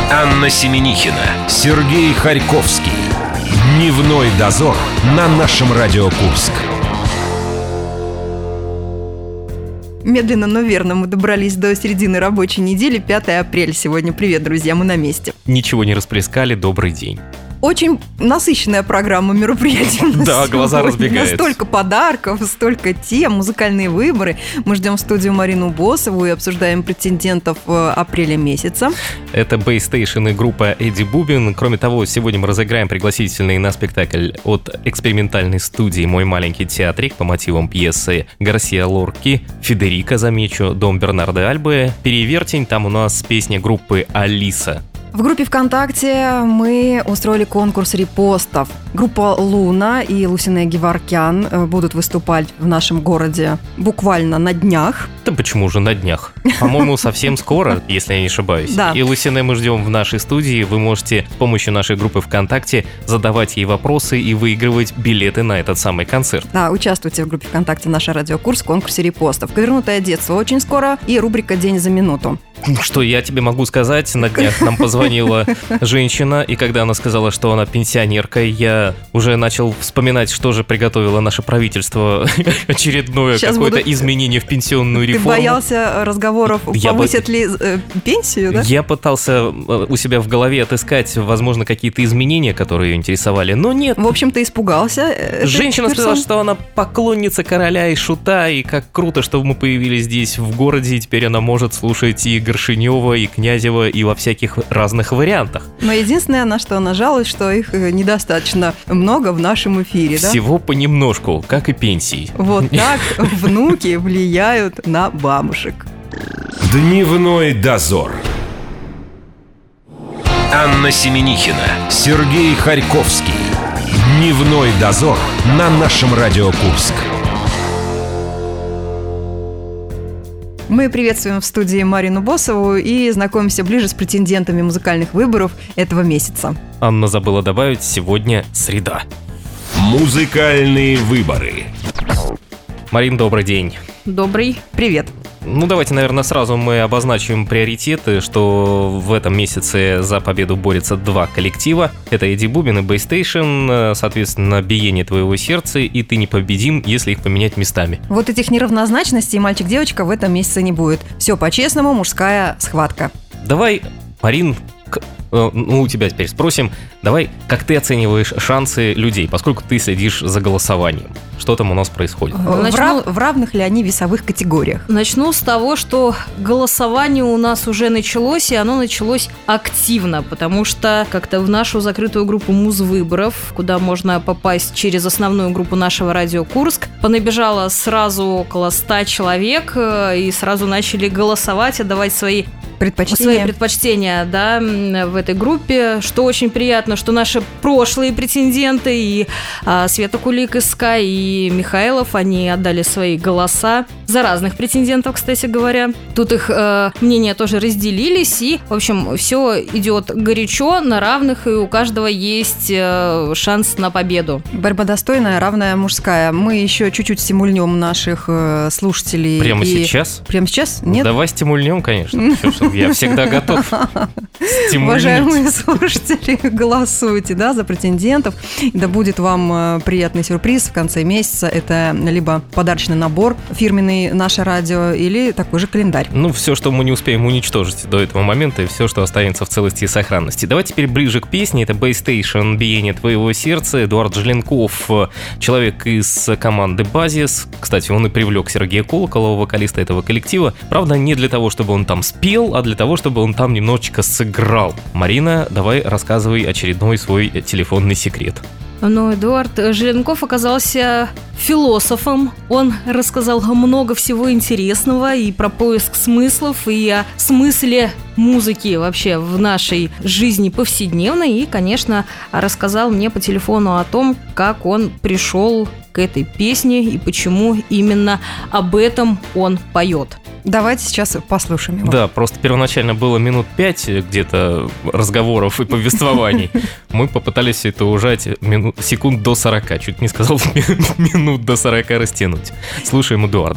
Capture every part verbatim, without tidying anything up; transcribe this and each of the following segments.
Анна Семенихина, Сергей Харьковский. Дневной дозор на нашем Радио Курск. Медленно, но верно мы добрались до середины рабочей недели, пятое апреля. Сегодня привет, друзья, мы на месте. Ничего не расплескали, добрый день. Очень насыщенная программа мероприятий у нас Да, глаза разбегаются. Столько подарков, столько тем, музыкальные выборы. Мы ждем в студию Марину Босову и обсуждаем претендентов апреля месяца. Это Base Station и группа Эдди Бубин. Кроме того, сегодня мы разыграем пригласительный на спектакль от экспериментальной студии «Мой маленький театрик» по мотивам пьесы Гарсиа Лорки. Федерико, замечу, дом Бернардо Альбы. Перевертень, там у нас песня группы «Алиса». В группе ВКонтакте мы устроили конкурс репостов. Группа «Луна» и Лусине Геворкян будут выступать в нашем городе буквально на днях. Да почему же на днях? По-моему, совсем скоро, если я не ошибаюсь. Да. И Лусине мы ждем в нашей студии. Вы можете с помощью нашей группы ВКонтакте задавать ей вопросы и выигрывать билеты на этот самый концерт. Да, участвуйте в группе ВКонтакте «Наша Радио Курск» в конкурсе репостов. «Повернутое детство» очень скоро и рубрика «День за минуту». Что я тебе могу сказать? На днях нам позвонила женщина, и когда она сказала, что она пенсионерка, я уже начал вспоминать, что же приготовило наше правительство очередное Сейчас какое-то буду... изменение в пенсионную реформу. Ты боялся разговоров, я повысят бы... ли э, пенсию, да? Я пытался у себя в голове отыскать, возможно, какие-то изменения, которые ее интересовали, но нет. В общем, ты испугался. Женщина сказала, что она поклонница короля и шута, и как круто, что мы появились здесь в городе, и теперь она может слушать и Горшенева, и Князева, и во всяких разных вариантах. Но единственное, на что она жалуется, что их недостаточно много в нашем эфире, да? Всего понемножку, как и пенсии. Вот так внуки влияют на бабушек. Дневной дозор. Анна Семенихина, Сергей Харьковский. Дневной дозор на нашем Радио Курск. Мы приветствуем в студии Марину Босову и знакомимся ближе с претендентами музыкальных выборов этого месяца. Анна забыла добавить, сегодня среда. Музыкальные выборы. Марин, добрый день. Добрый. Привет. Ну, давайте, наверное, сразу мы обозначим приоритеты, что в этом месяце за победу борются два коллектива. Это Эдди Бубин и Base Station, соответственно, «Биение твоего сердца» и «Ты непобедим», если их поменять местами. Вот этих неравнозначностей мальчик-девочка в этом месяце не будет. Все по-честному, мужская схватка. Давай, Марин, к... ну, у тебя теперь спросим, давай, как ты оцениваешь шансы людей, поскольку ты следишь за голосованием? Что там у нас происходит? Начну... В, рав... в равных ли они весовых категориях? Начну с того, что голосование у нас уже началось, и оно началось активно, потому что как-то в нашу закрытую группу музвыборов, куда можно попасть через основную группу нашего Радио Курск, понабежало сразу около ста человек, и сразу начали голосовать, отдавать свои предпочтения. Свои предпочтения, да, в этой группе, что очень приятно, что наши прошлые претенденты, и а, Света Кулик из СКА, и Михайлов, они отдали свои голоса за разных претендентов, кстати говоря. Тут их э, мнения тоже разделились, и, в общем, все идет горячо, на равных, и у каждого есть э, шанс на победу. Борьба достойная, равная, мужская. Мы еще чуть-чуть стимульнем наших э, слушателей. Прямо и... сейчас? Прямо сейчас? Нет? Давай стимульнем, конечно. Я всегда готов стимулировать. Уважаемые слушатели, голосуйте, да, за претендентов. Да будет вам приятный сюрприз в конце месяца. Это либо подарочный набор фирменный «Наше радио» или такой же календарь. Ну, все, что мы не успеем уничтожить до этого момента, и все, что останется в целости и сохранности. Давайте теперь ближе к песне. Это Base Station, «Биение твоего сердца». Эдуард Желенков, человек из команды «Базис». Кстати, он и привлек Сергея Колоколова, вокалиста этого коллектива. Правда, не для того, чтобы он там спел, а для того, чтобы он там немножечко сыграл. Марина, давай рассказывай очередной свой телефонный секрет. Но Эдуард Желенков оказался философом. Он рассказал много всего интересного и про поиск смыслов, и о смысле музыки вообще в нашей жизни повседневной. И, конечно, рассказал мне по телефону о том, как он пришел к этой песне и почему именно об этом он поет. Давайте сейчас послушаем его. Да, просто первоначально было минут пять где-то разговоров и повествований. Мы попытались все это ужать минут, секунд до сорока. Чуть не сказал, минут до сорока растянуть. Слушаем Эдуарда.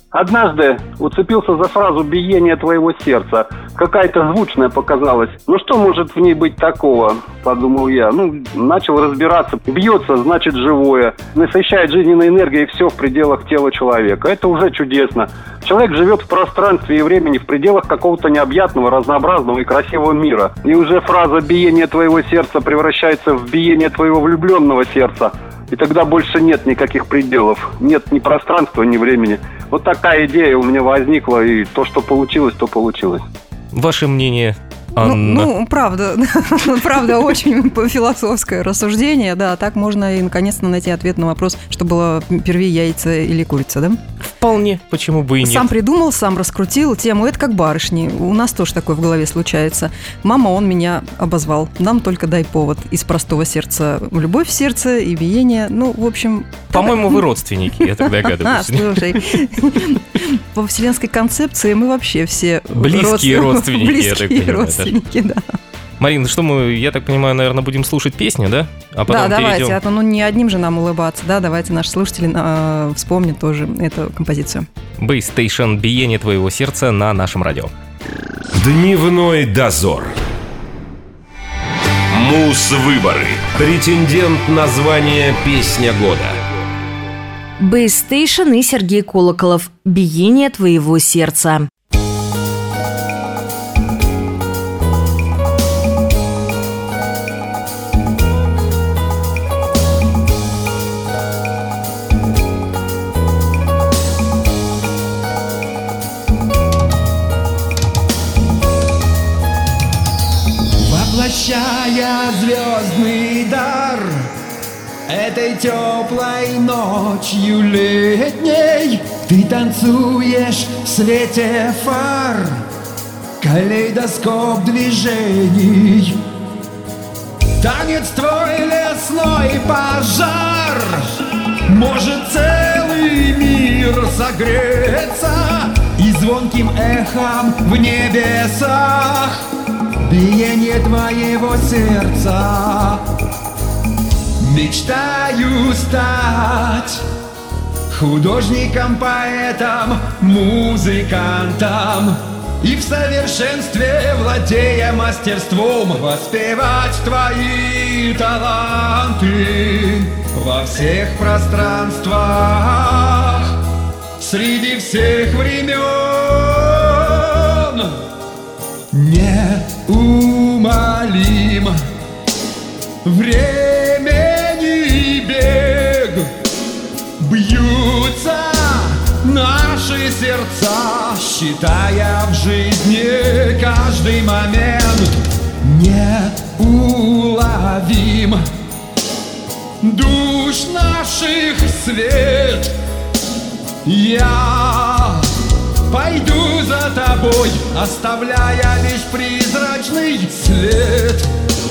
Однажды уцепился за фразу «биение твоего сердца». Какая-то звучная показалась. Ну что может в ней быть такого, подумал я. Ну, начал разбираться. Бьется, значит, живое. Насыщает жизненной энергией все в пределах тела человека. Это уже чудесно. Человек живет в пространстве и времени в пределах какого-то необъятного, разнообразного и красивого мира. И уже фраза «биение твоего сердца» превращается в «биение твоего влюбленного сердца». И тогда больше нет никаких пределов. Нет ни пространства, ни времени. Вот такая идея у меня возникла, и то, что получилось, то получилось. Ваше мнение, Анна? Ну, ну правда, правда, очень философское рассуждение, да, так можно и наконец-то найти ответ на вопрос, что было первее, яйца или курица, да? Вполне, почему бы и нет. Сам придумал, сам раскрутил тему, это как барышни, у нас тоже такое в голове случается. Мама, он меня обозвал, нам только дай повод. Из простого сердца в любовь в сердце и биение, ну, в общем... По-моему, вы родственники, я так догадываюсь. А, слушай, по вселенской концепции мы вообще все... Близкие родственники, я так Близкие понимаю. родственники, да. Марина, что мы, я так понимаю, наверное, будем слушать песню, да? А потом да, давайте, перейдем... а то ну, не одним же нам улыбаться, да, давайте наши слушатели э, вспомнят тоже эту композицию. Base Station «Биение твоего сердца» на нашем радио. Дневной дозор. Муз-выборы. Претендент на звание «Песня года». Base Station и Сергей Колоколов «Биение твоего сердца». Воплощая звездный дар этой теплой ночью летней, ты танцуешь в свете фар, калейдоскоп движений. Танец твой лесной пожар, может целый мир согреться, и звонким эхом в небесах биение твоего сердца. Мечтаю стать художником, поэтом, музыкантом, и в совершенстве, владея мастерством, воспевать твои таланты во всех пространствах, среди всех времен. Неумолим времени бег, бьются наши сердца, считая в жизни каждый момент. Неуловим душ наших свет. Я пойду за тобой, оставляя лишь призрачный след.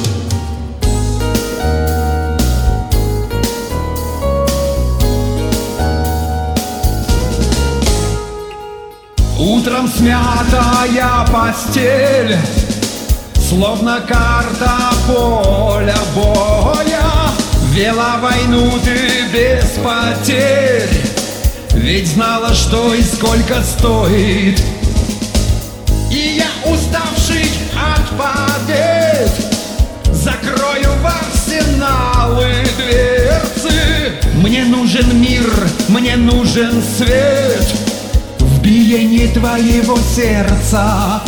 Утром смятая постель, словно карта поля боя, вела войну ты без потерь, ведь знала, что и сколько стоит. И я, уставший от побед, закрою в арсеналы дверцы. Мне нужен мир, мне нужен свет в биении твоего сердца.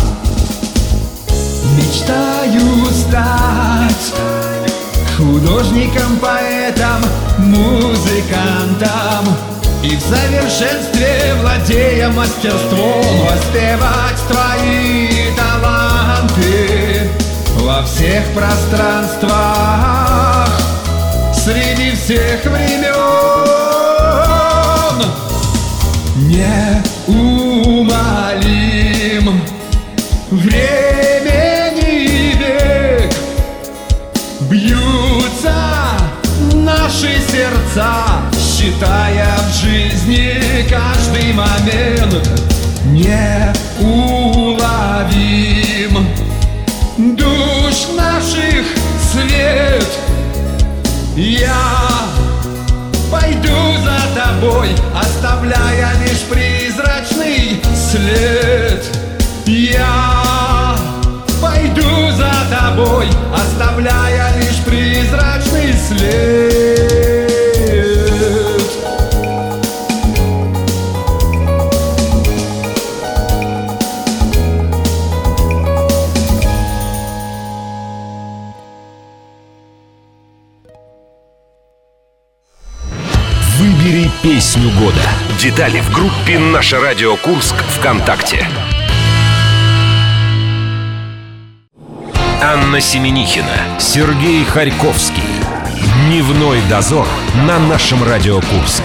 Мечтаю стать художником, поэтом, музыкантом, и в совершенстве, владея мастерством, воспевать твои таланты во всех пространствах, среди всех времен. Неумолим времени бег, бьются наши сердца, считая в жизни каждый момент. Неуловим душ наших свет. Я пойду за тобой, оставляя лишь призрачный след. Я пойду за тобой, оставляя лишь призрачный след. Выбери песню года. Детали в группе «Наше радио Курск» ВКонтакте. Анна Семенихина, Сергей Харьковский. Дневной дозор на нашем радио Курск.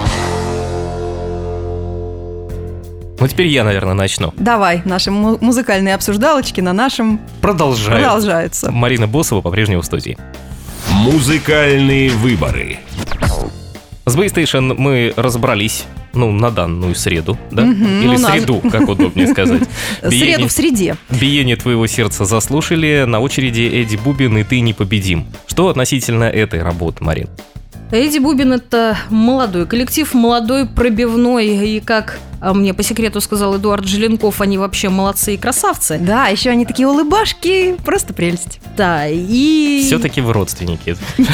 Ну, теперь я, наверное, начну. Давай, наши му- музыкальные обсуждалочки на нашем Продолжаю. продолжаются. Марина Босова по-прежнему в студии. Музыкальные выборы. С Base Station мы разобрались, ну, на данную среду, да? Мгм, Или ну, на- среду, как удобнее сказать. Среду в среде. «Биение твоего сердца» заслушали. На очереди Эдди Бубин и «Ты непобедим». Что относительно этой работы, Марин? Эдди Бубин — это молодой коллектив, молодой, пробивной, и как а, мне по секрету сказал Эдуард Желенков, они вообще молодцы и красавцы. Да, еще они такие улыбашки, просто прелесть. Да, и... Все-таки вы родственники.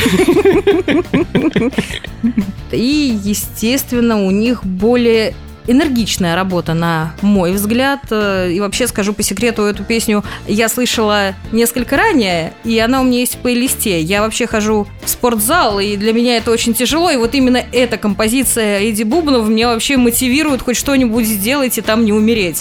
И, естественно, у них более энергичная работа, на мой взгляд. И вообще, скажу по секрету, эту песню я слышала несколько ранее, и она у меня есть в плейлисте. Я вообще хожу в спортзал, и для меня это очень тяжело. И вот именно эта композиция Эдди Бубнов меня вообще мотивирует хоть что-нибудь сделать и там не умереть.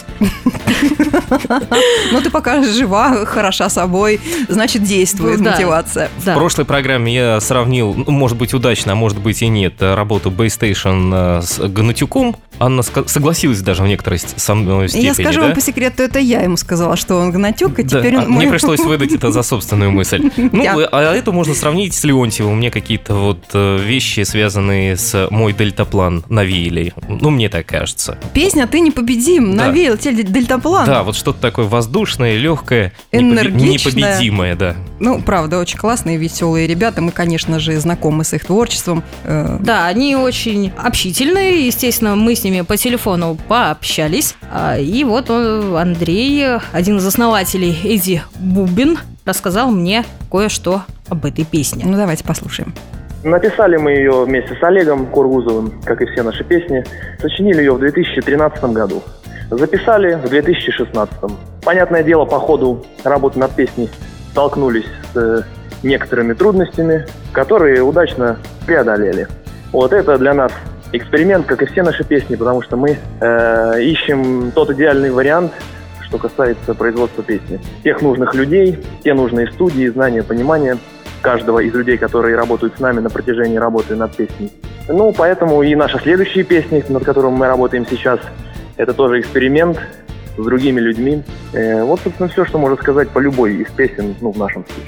Ну, ты пока жива, хороша собой, значит, действует Да. мотивация. В Да. прошлой программе я сравнил, ну, может быть, удачно, а может быть и нет, работу Base Station с Гнатюком. Анна ска- согласилась даже в некоторой ст- со мной степени, Я скажу да? вам по секрету, это я ему сказала, что он гнатюк, и Да, теперь а он мне мой- пришлось выдать это за собственную мысль. Ну, Я- а это можно сравнить с Леонтьевым. У меня какие-то вот э, вещи, связанные с «Мой дельтаплан», навеяли. Ну, мне так кажется. Песня «Ты непобедим», Да. навеял тебе дельтаплан. Да, вот что-то такое воздушное, легкое, Энергичное. непобедимое, да. Ну, правда, очень классные, веселые ребята. Мы, конечно же, знакомы с их творчеством. Э, Да, они очень общительные, естественно, мы с ними по телефону пообщались. А, И вот он, Андрей, один из основателей Эдди Бубин, рассказал мне кое-что об этой песне. Ну, давайте послушаем. Написали мы ее вместе с Олегом Кургузовым, как и все наши песни. Сочинили ее в две тысячи тринадцатом году. Записали в две тысячи шестнадцатом. Понятное дело, по ходу работы над песней столкнулись с э, некоторыми трудностями, которые удачно преодолели. Вот это для нас эксперимент, как и все наши песни, потому что мы э, ищем тот идеальный вариант, что касается производства песни. Тех нужных людей, те нужные студии, знания, понимания каждого из людей, которые работают с нами на протяжении работы над песней. Ну, поэтому и наши следующие песни, над которыми мы работаем сейчас, это тоже эксперимент с другими людьми. Э, вот, собственно, все, что можно сказать по любой из песен, ну, в нашем случае.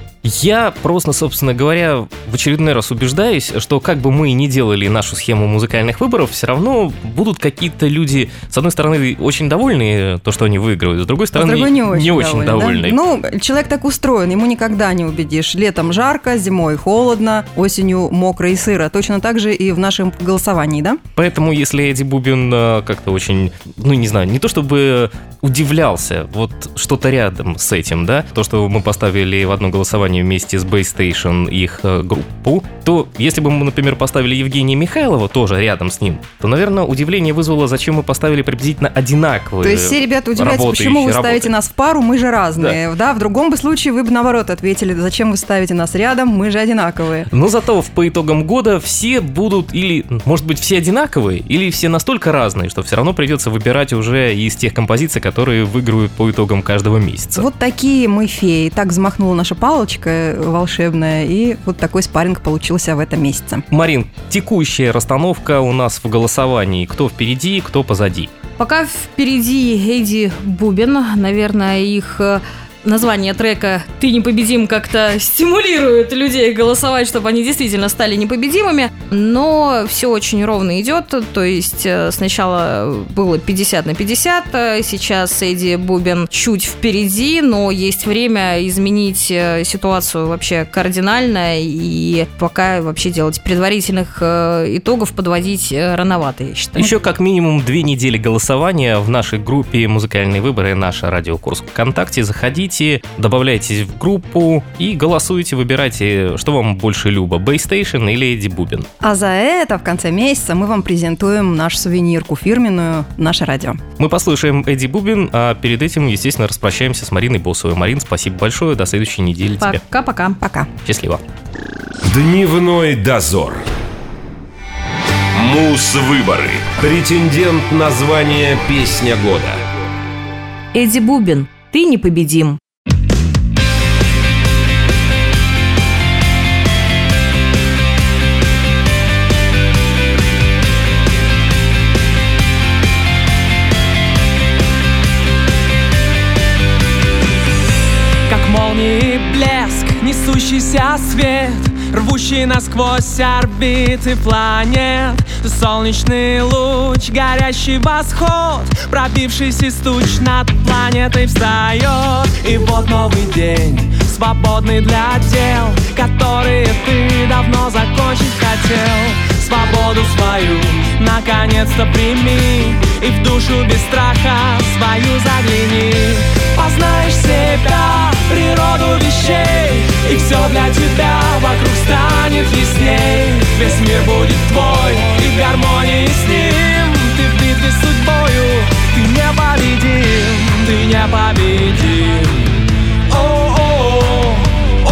Я просто, собственно говоря, в очередной раз убеждаюсь, что как бы мы ни делали нашу схему музыкальных выборов, все равно будут какие-то люди, с одной стороны, очень довольные, то, что они выигрывают, с другой А с стороны, другой не очень, очень довольные. да? Ну, человек так устроен, ему никогда не убедишь. Летом жарко, зимой холодно, осенью мокро и сыро. Точно так же и в нашем голосовании, да? Поэтому, если Эдди Бубин э, как-то очень, ну, не знаю, не то чтобы удивлялся, вот что-то рядом с этим, да, то, что мы поставили в одно голосование вместе с Base Station их э, группу, то если бы мы, например, поставили Евгения Михайлова тоже рядом с ним, то, наверное, удивление вызвало, зачем мы поставили приблизительно одинаковые. То есть все ребята удивляются, почему вы работающие ставите работы. нас в пару, мы же разные. Да. В другом бы случае вы бы наоборот ответили, зачем вы ставите нас рядом, мы же одинаковые. Но зато по итогам года все будут или, может быть, все одинаковые, или все настолько разные, что все равно придется выбирать уже из тех композиций, которые выиграют по итогам каждого месяца. Вот такие мы феи. Так взмахнула наша палочка волшебная, и вот такой спарринг получился в этом месяце. Марин, текущая расстановка у нас в голосовании. Кто впереди, кто позади? Пока впереди Эдди Бубин, наверное, их э, название трека «Ты непобедим» как-то стимулирует людей голосовать, чтобы они действительно стали непобедимыми, но все очень ровно идет, то есть сначала было пятьдесят на пятьдесят, сейчас Эдди Бубен чуть впереди, но есть время изменить ситуацию вообще кардинально, и пока вообще делать предварительных итогов подводить рановато, я считаю. Еще как минимум две недели голосования в нашей группе «Музыкальные выборы», наша Радио Курск ВКонтакте. Заходите, добавляйтесь в группу и голосуйте, выбирайте, что вам больше любо, Бейстейшн или Эдди Бубен. А за это в конце месяца мы вам презентуем нашу сувенирку фирменную «Наше радио». Мы послушаем Эдди Бубен, а перед этим, естественно, распрощаемся с Мариной Босовой. Марин, спасибо большое, до следующей недели тебе. Пока-пока. Пока. Счастливо. Дневной дозор. Муз-выборы. Претендент на звание «Песня года». Эдди Бубен, ты непобедим. Как молнии блеск, несущийся свет, рвущий насквозь орбиты планет. Ты солнечный луч, горящий восход, пробившийся из туч над планетой встает. И вот новый день, свободный для дел, которые ты давно закончить хотел. Свободу свою наконец-то прими, и в душу без страха свою загляни. Познаешь себя, природу вещей, и все для тебя вокруг станет ясней. Весь мир будет твой, и в гармонии с ним. Ты в битве с судьбою, ты непобедим, ты непобедим. О-о-о,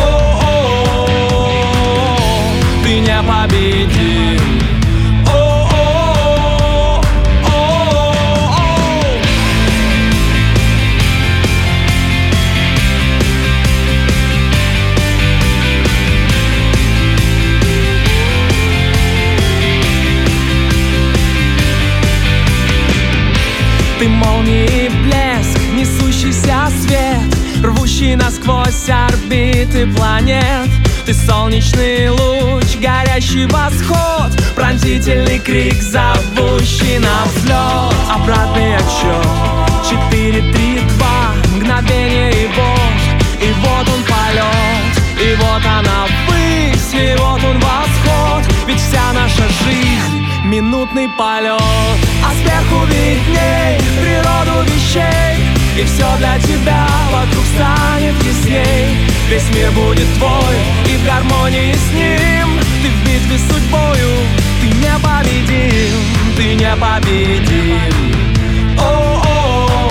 о-о-о, ты непобедим. Ты молнии блеск, несущийся свет, рвущий насквозь орбиты планет. Ты солнечный луч, горящий восход, пронзительный крик, зовущий на взлет. Обратный отсчет, четыре, три, два, мгновение и вот, и вот он полет, и вот она ввысь, и вот он восход. Ведь вся наша жизнь — минутный полет, а сверху видней природу вещей, и все для тебя вокруг станет ясней. Весь мир будет твой, и в гармонии с ним. Ты в битве с судьбою, ты непобедим, ты непобедим. О-о-о,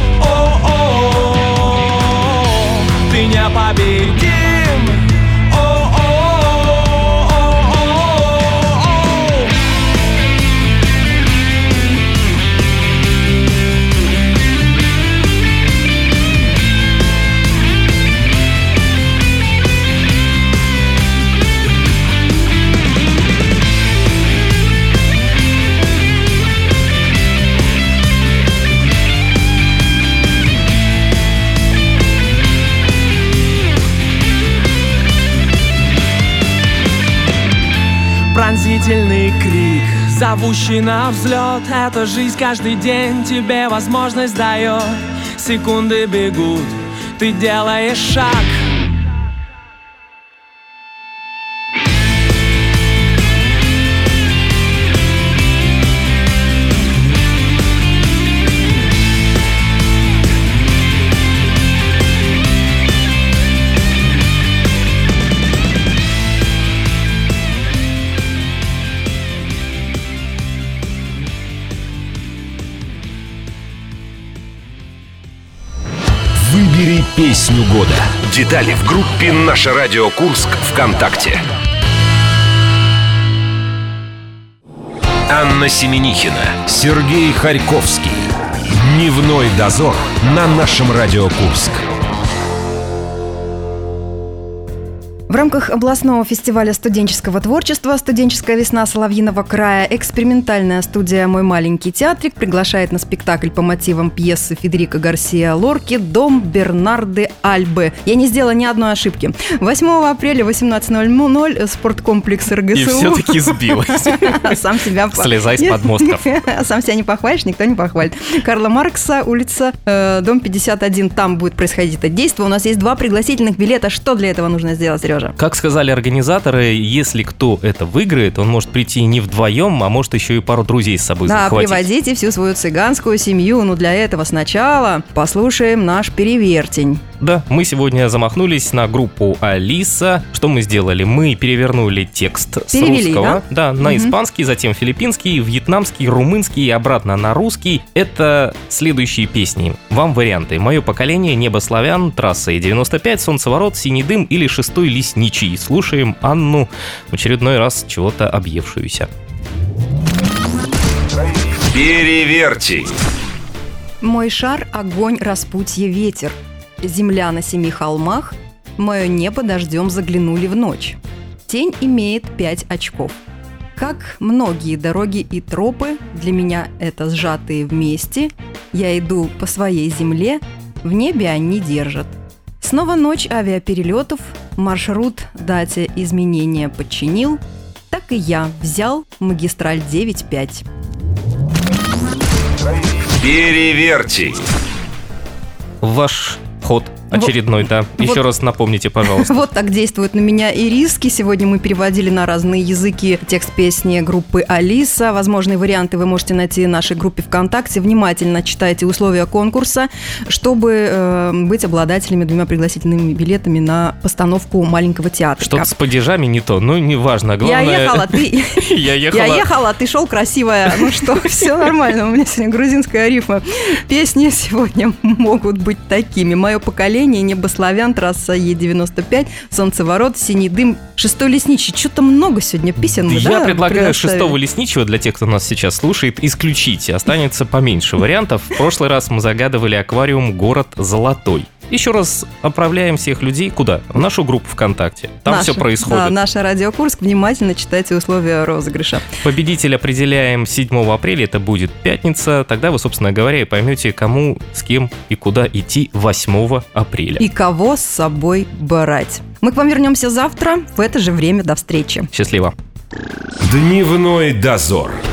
о-о-о, ты непобедим. Пронзительный крик, зовущий на взлет. Эта жизнь каждый день тебе возможность дает. Секунды бегут, ты делаешь шаг. Выбери песню года. Детали в группе «Наше радио Курск» ВКонтакте. Анна Семенихина, Сергей Харьковский. Дневной дозор на нашем Радио Курск. В рамках областного фестиваля студенческого творчества «Студенческая весна Соловьиного края» экспериментальная студия «Мой маленький театрик» приглашает на спектакль по мотивам пьесы Федерико Гарсиа Лорки «Дом Бернарды Альбы». Я не сделала ни одной ошибки. восьмого апреля в восемнадцать ноль ноль спорткомплекс эр гэ эс у. И все-таки сбилась. Сам себя... Слезай с подмостков. Сам себя не похвалишь, никто не похвалит. Карла Маркса, улица, э, дом пятьдесят один. Там будет происходить это действие. У нас есть два пригласительных билета. Что для этого нужно сделать, Сережа? Как сказали организаторы, если кто это выиграет, он может прийти не вдвоем, а может еще и пару друзей с собой да, захватить. Да, приводите всю свою цыганскую семью. Но для этого сначала послушаем наш перевертень. Да, мы сегодня замахнулись на группу Алиса. Что мы сделали? Мы перевернули текст Перевели, с русского да? Да, на угу. испанский, затем филиппинский, вьетнамский, румынский и обратно на русский. Это следующие песни. Вам варианты: «Мое поколение», «Небо славян», «Трасса девяносто пять», «Солнцеворот», «Синий дым» или «Шестой лесничий». Слушаем Анну, в очередной раз чего-то объевшуюся. Перевертень. Мой шар, огонь, распутье, ветер. Земля на семи холмах, мое небо дождем заглянули в ночь. Тень имеет пять очков. Как многие дороги и тропы, для меня это сжатые вместе. Я иду по своей земле, в небе они держат. Снова ночь авиаперелетов, маршрут дате изменения подчинил. Так и я взял магистраль девять пять. Перевертень. Ваш ход очередной, вот, да. Еще вот, раз напомните, пожалуйста. Вот так действуют на меня и риски. Сегодня мы переводили на разные языки текст песни группы Алиса. Возможные варианты вы можете найти в нашей группе ВКонтакте. Внимательно читайте условия конкурса, чтобы э, быть обладателями двумя пригласительными билетами на постановку маленького театра. Что-то с падежами не то, ну, неважно. Главное... Я ехала, ты... Я ехала. Я ехала, ты шел, красивая. Ну что, все нормально. У меня сегодня грузинская рифма. Песни сегодня могут быть такими. «Мое поколение», «Небо славян», «Трасса Е девяносто пять», «Солнцеворот», «Синий дым», «Шестой лесничий». Что-то много сегодня песен. Я да, предлагаю «Шестого лесничего» для тех, кто нас сейчас слушает, исключить. Останется поменьше вариантов. В прошлый раз мы загадывали аквариум «Город Золотой». Еще раз отправляем всех людей куда? В нашу группу ВКонтакте. Там наша, все происходит. Да, наша Радио Курск. Внимательно читайте условия розыгрыша. Победителя определяем седьмого апреля. Это будет пятница. Тогда вы, собственно говоря, и поймете, кому, с кем и куда идти восьмого апреля. И кого с собой брать. Мы к вам вернемся завтра в это же время. До встречи. Счастливо. Дневной дозор.